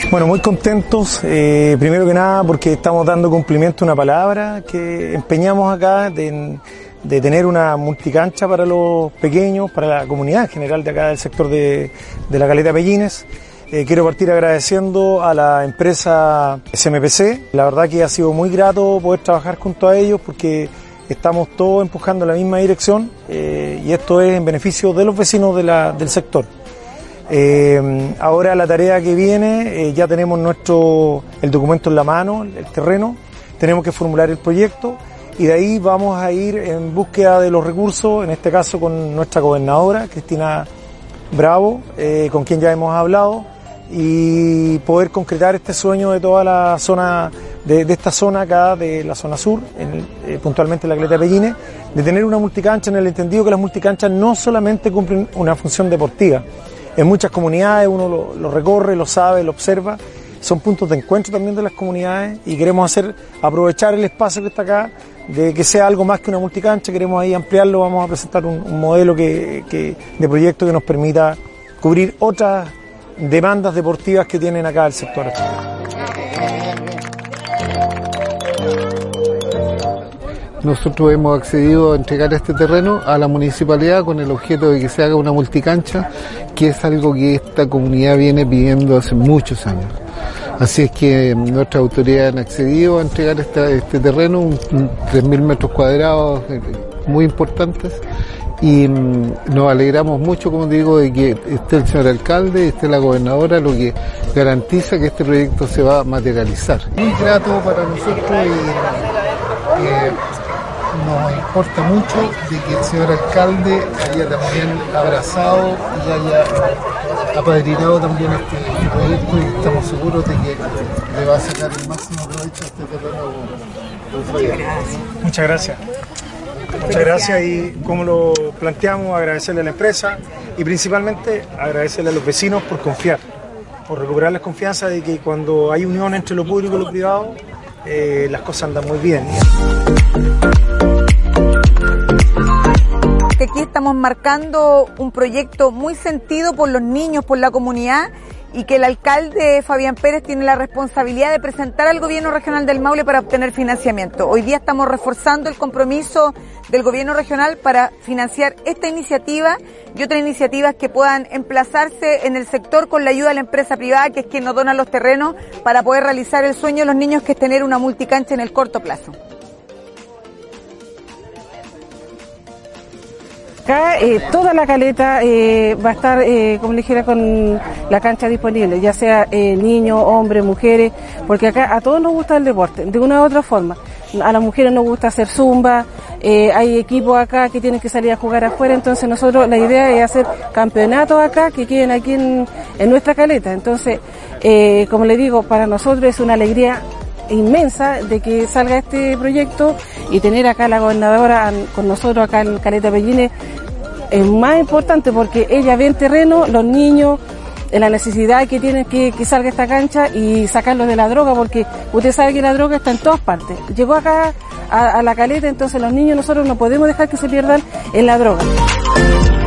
Bueno, muy contentos, primero que nada porque estamos dando cumplimiento a una palabra que empeñamos acá de tener una multicancha para los pequeños, para la comunidad en general de acá del sector de la Caleta Pellines. Quiero partir agradeciendo a la empresa SMPC, la verdad que ha sido muy grato poder trabajar junto a ellos porque estamos todos empujando en la misma dirección y esto es en beneficio de los vecinos del sector. Ahora la tarea que viene, ya tenemos el documento en la mano, el terreno, tenemos que formular el proyecto y de ahí vamos a ir en búsqueda de los recursos, en este caso con nuestra gobernadora, Cristina Bravo, con quien ya hemos hablado, y poder concretar este sueño de toda la zona, de esta zona acá, de la zona sur, puntualmente en la Caleta Pellines, de tener una multicancha en el entendido que las multicanchas no solamente cumplen una función deportiva. En muchas comunidades uno lo recorre, lo sabe, lo observa, son puntos de encuentro también de las comunidades y queremos aprovechar el espacio que está acá, de que sea algo más que una multicancha, queremos ahí ampliarlo, vamos a presentar un modelo de proyecto que nos permita cubrir otras demandas deportivas que tienen acá el sector. Nosotros hemos accedido a entregar este terreno a la municipalidad con el objeto de que se haga una multicancha, que es algo que esta comunidad viene pidiendo hace muchos años. Así es que nuestras autoridades han accedido a entregar este terreno, 3.000 metros cuadrados muy importantes, y nos alegramos mucho, como digo, de que esté el señor alcalde, esté la gobernadora, lo que garantiza que este proyecto se va a materializar. Muy grato para nosotros y nos importa mucho de que el señor alcalde haya también abrazado y haya apadrinado también este proyecto y estamos seguros de que le va a sacar el máximo provecho a este terreno. Muchas gracias. Muchas gracias y como lo planteamos, agradecerle a la empresa y principalmente agradecerle a los vecinos por confiar, por recuperar la confianza de que cuando hay unión entre lo público y lo privado, las cosas andan muy bien. Aquí estamos marcando un proyecto muy sentido por los niños, por la comunidad, y que el alcalde Fabián Pérez tiene la responsabilidad de presentar al gobierno regional del Maule para obtener financiamiento. Hoy día estamos reforzando el compromiso del gobierno regional para financiar esta iniciativa y otras iniciativas que puedan emplazarse en el sector con la ayuda de la empresa privada, que es quien nos dona los terrenos para poder realizar el sueño de los niños, que es tener una multicancha en el corto plazo. Acá toda la caleta va a estar, como le dijera, con la cancha disponible, ya sea niños, hombres, mujeres, porque acá a todos nos gusta el deporte, de una u otra forma. A las mujeres nos gusta hacer zumba, hay equipos acá que tienen que salir a jugar afuera, entonces nosotros la idea es hacer campeonatos acá que queden aquí en nuestra caleta. Entonces, como le digo, para nosotros es una alegría inmensa de que salga este proyecto y tener acá a la gobernadora con nosotros acá en Caleta Pellines es más importante porque ella ve en terreno los niños, la necesidad que tienen que salga esta cancha y sacarlos de la droga, porque usted sabe que la droga está en todas partes. Llegó acá a la caleta, entonces los niños nosotros no podemos dejar que se pierdan en la droga.